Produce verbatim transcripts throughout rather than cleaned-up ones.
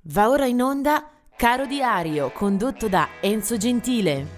Va ora in onda Caro Diario, condotto da Enzo Gentile.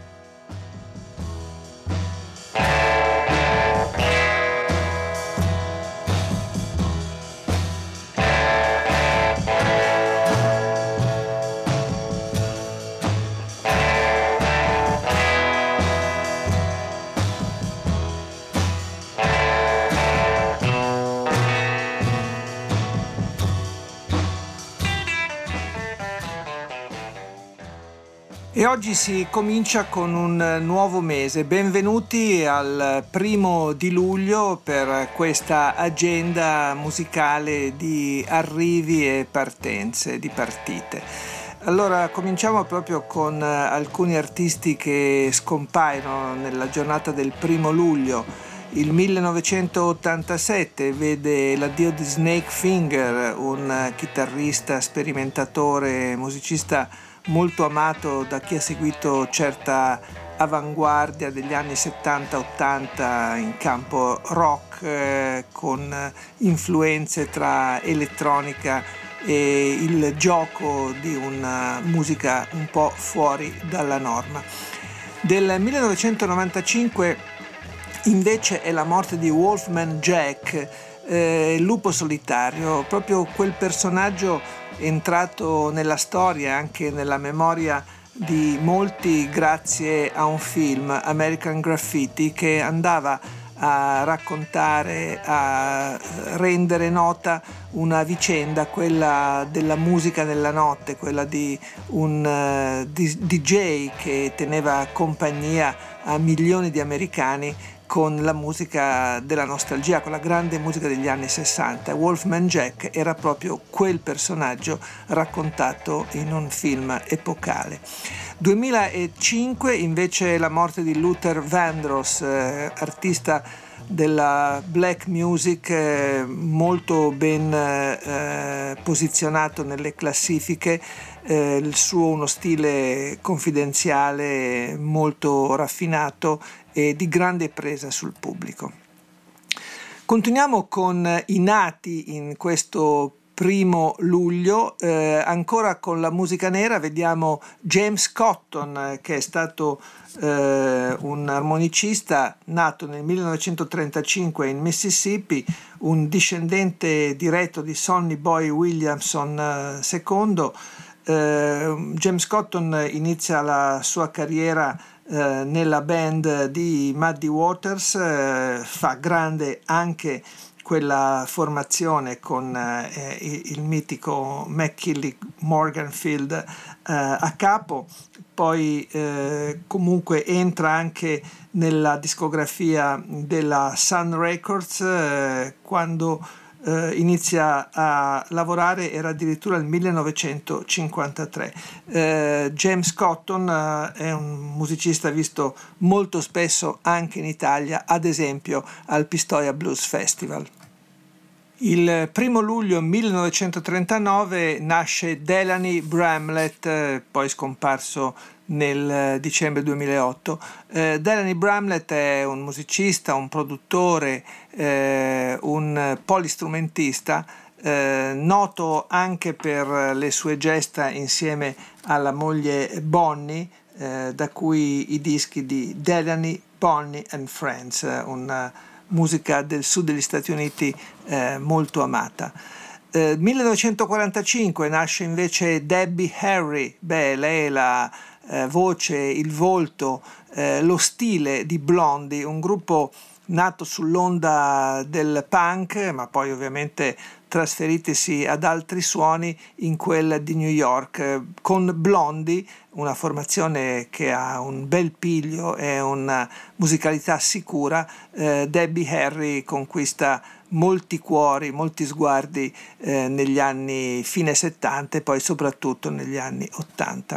E oggi si comincia con un nuovo mese. Benvenuti al primo di luglio per questa agenda musicale di arrivi e partenze, di partite. Allora cominciamo proprio con alcuni artisti che scompaiono nella giornata del primo luglio. Il millenovecentottantasette vede l'addio di Snake Finger, un chitarrista, sperimentatore, musicista molto amato da chi ha seguito certa avanguardia degli anni settanta ottanta in campo rock, eh, con influenze tra elettronica e il gioco di una musica un po' fuori dalla norma. Del millenovecentonovantacinque invece è la morte di Wolfman Jack, eh, il lupo solitario, proprio quel personaggio entrato nella storia, anche nella memoria di molti grazie a un film, American Graffiti, che andava a raccontare, a rendere nota una vicenda, quella della musica nella notte, quella di un uh, D J che teneva compagnia a milioni di americani con la musica della nostalgia, con la grande musica degli anni sessanta. Wolfman Jack era proprio quel personaggio raccontato in un film epocale. duemilacinque invece la morte di Luther Vandross, eh, artista della black music, eh, molto ben eh, posizionato nelle classifiche, eh, il suo uno stile confidenziale molto raffinato e di grande presa sul pubblico. Continuiamo con i nati in questo primo luglio, eh, ancora con la musica nera. Vediamo James Cotton, che è stato eh, un armonicista nato nel millenovecentotrentacinque in Mississippi, un discendente diretto di Sonny Boy Williamson secondo. Eh, James Cotton inizia la sua carriera eh, nella band di Muddy Waters, eh, fa grande anche quella formazione con eh, il mitico McKinley Morganfield eh, a capo. Poi eh, comunque entra anche nella discografia della Sun Records, eh, quando eh, inizia a lavorare era addirittura il millenovecentocinquantatré. Eh, James Cotton eh, è un musicista visto molto spesso anche in Italia, ad esempio al Pistoia Blues Festival. Il primo luglio millenovecentotrentanove nasce Delaney Bramlett, eh, poi scomparso nel dicembre duemilaotto. Eh, Delaney Bramlett è un musicista, un produttore, eh, un polistrumentista, eh, noto anche per le sue gesta insieme alla moglie Bonnie, eh, da cui i dischi di Delaney, Bonnie and Friends, una musica del sud degli Stati Uniti eh, molto amata. Eh, millenovecentoquarantacinque nasce invece Debbie Harry. Beh, lei è la eh, voce, il volto, eh, lo stile di Blondie, un gruppo nato sull'onda del punk, ma poi ovviamente trasferitisi ad altri suoni in quel di New York, con Blondie, una formazione che ha un bel piglio e una musicalità sicura. eh, Debbie Harry conquista molti cuori, molti sguardi eh, negli anni fine settanta e poi soprattutto negli anni ottanta.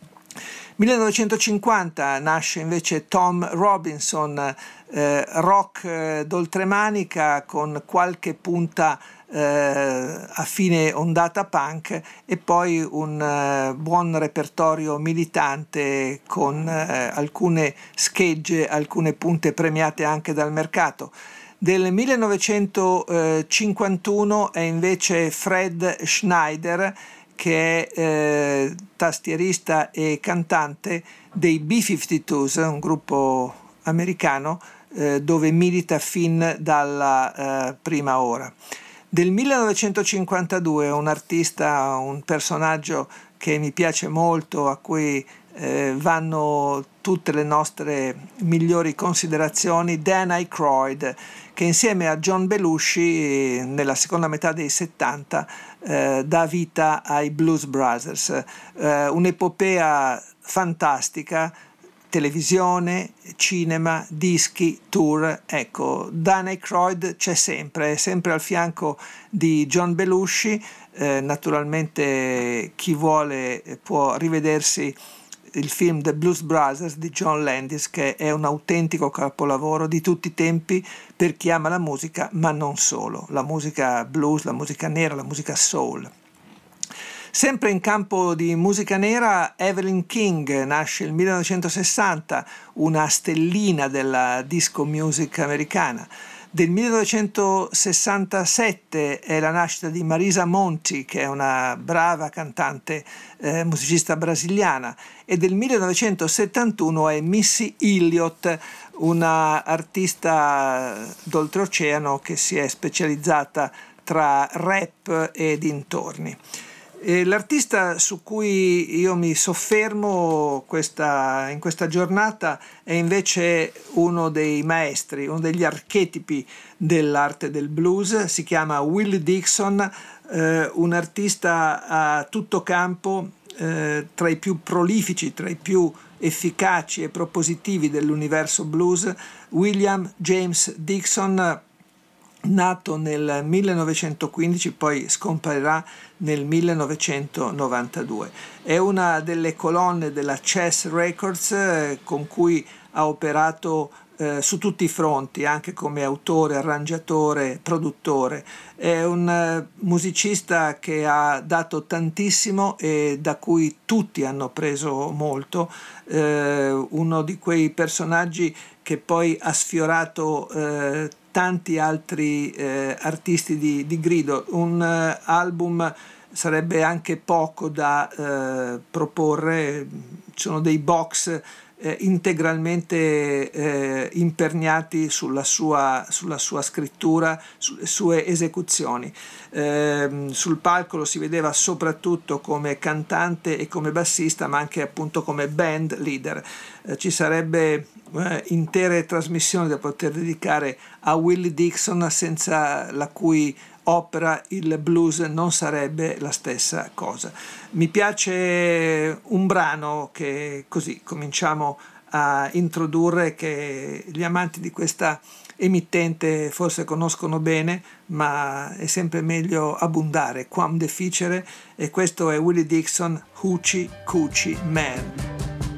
millenovecentocinquanta nasce invece Tom Robinson, eh, rock eh, d'oltremanica con qualche punta eh, a fine ondata punk e poi un eh, buon repertorio militante con eh, alcune schegge, alcune punte premiate anche dal mercato. Del millenovecentocinquantuno è invece Fred Schneider, che è eh, tastierista e cantante dei B cinquantadue, un gruppo americano eh, dove milita fin dalla eh, prima ora. Del millenovecentocinquantadue è un artista, un personaggio che mi piace molto, a cui eh, vanno tutte le nostre migliori considerazioni, Dan Aykroyd, che insieme a John Belushi nella seconda metà dei settanta eh, dà vita ai Blues Brothers, eh, un'epopea fantastica, televisione, cinema, dischi, tour. Ecco, Dan Aykroyd c'è sempre, è sempre al fianco di John Belushi. Eh, naturalmente chi vuole può rivedersi il film The Blues Brothers di John Landis, che è un autentico capolavoro di tutti i tempi per chi ama la musica, ma non solo, la musica blues, la musica nera, la musica soul. Sempre in campo di musica nera, Evelyn King nasce nel millenovecentosessanta, una stellina della disco music americana. Del millenovecentosessantasette è la nascita di Marisa Monti, che è una brava cantante eh, musicista brasiliana, e del millenovecentosettantuno è Missy Elliott, una artista d'oltreoceano che si è specializzata tra rap e dintorni. E l'artista su cui io mi soffermo questa, in questa giornata è invece uno dei maestri, uno degli archetipi dell'arte del blues. Si chiama Willie Dixon, eh, un artista a tutto campo, eh, tra i più prolifici, tra i più efficaci e propositivi dell'universo blues. William James Dixon, nato nel millenovecentoquindici, poi scomparirà nel millenovecentonovantadue. È una delle colonne della Chess Records, eh, con cui ha operato eh, su tutti i fronti, anche come autore, arrangiatore, produttore. È un eh, musicista che ha dato tantissimo e da cui tutti hanno preso molto, eh, uno di quei personaggi che poi ha sfiorato eh, tanti altri eh, artisti di, di grido. Un uh, album sarebbe anche poco da uh, proporre, ci sono dei box eh, integralmente eh, imperniati sulla sua, sulla sua scrittura, sulle sue esecuzioni. Eh, sul palco lo si vedeva soprattutto come cantante e come bassista, ma anche appunto come band leader. Eh, ci sarebbe eh, intere trasmissioni da poter dedicare a Willie Dixon, senza la cui opera il blues non sarebbe la stessa cosa. Mi piace un brano che così cominciamo a introdurre, che gli amanti di questa emittente forse conoscono bene, ma è sempre meglio abbondare, quam deficere, e questo è Willie Dixon, Hoochie Coochie Man.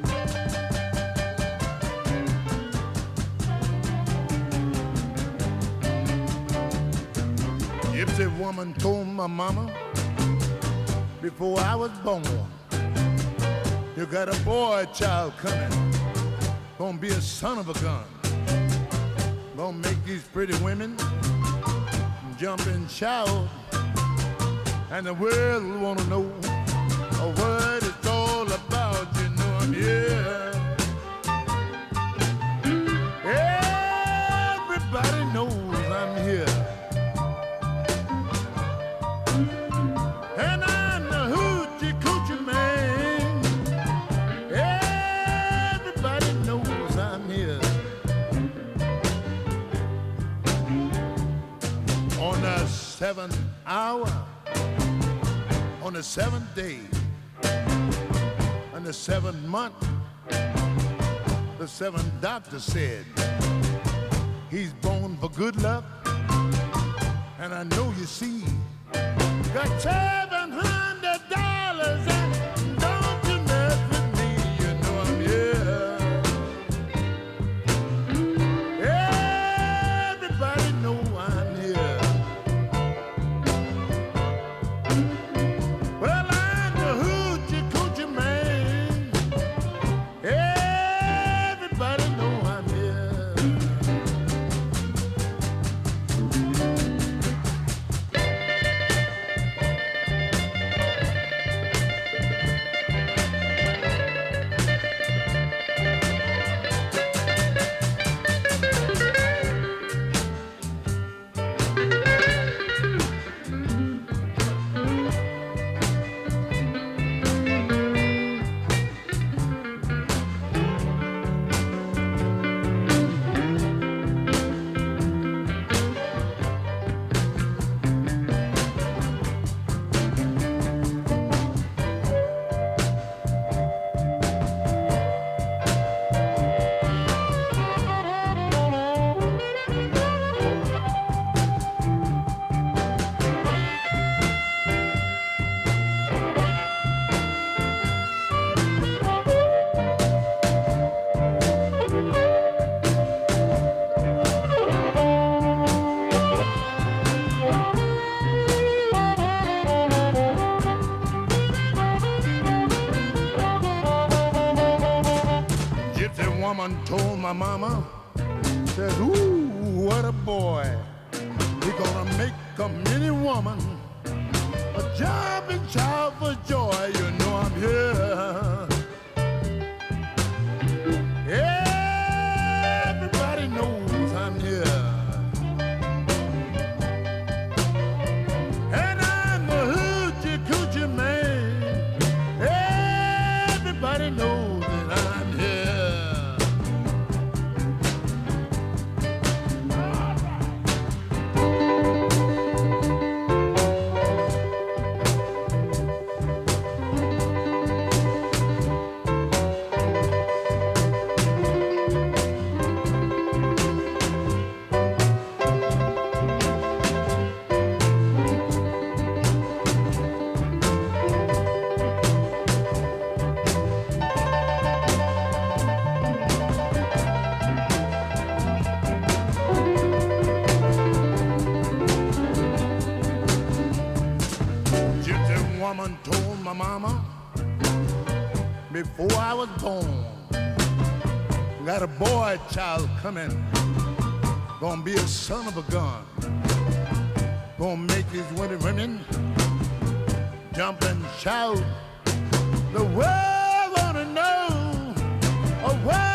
Gypsy woman told my mama before I was born, you got a boy child coming, gonna be a son of a gun, gonna make these pretty women jump and shout, and the world will wanna know what it's all about. You know I'm here. Everybody knows I'm here. And I'm the Hoochie Coochie Man. Everybody knows I'm here. On the seventh hour, on the seventh day, on the seventh month, the seventh doctor said he's born for good luck. And I know you see, got seven hundred dollars, and don't you mess with me, you know I'm here. Everybody know I'm here. Well, I'm the Hoochie Coochie Man. Everybody know I'm here. woman told my mama, said, ooh, what a boy. He gonna make a mini woman a jumping child for joy. You know I'm here. Everybody knows I'm here. And I'm the hoochie coochie man. Everybody knows that I'm here. Woman told my mama before I was born, got a boy child coming, gonna be a son of a gun, gonna make these women women jump and shout. The world wanna know, oh,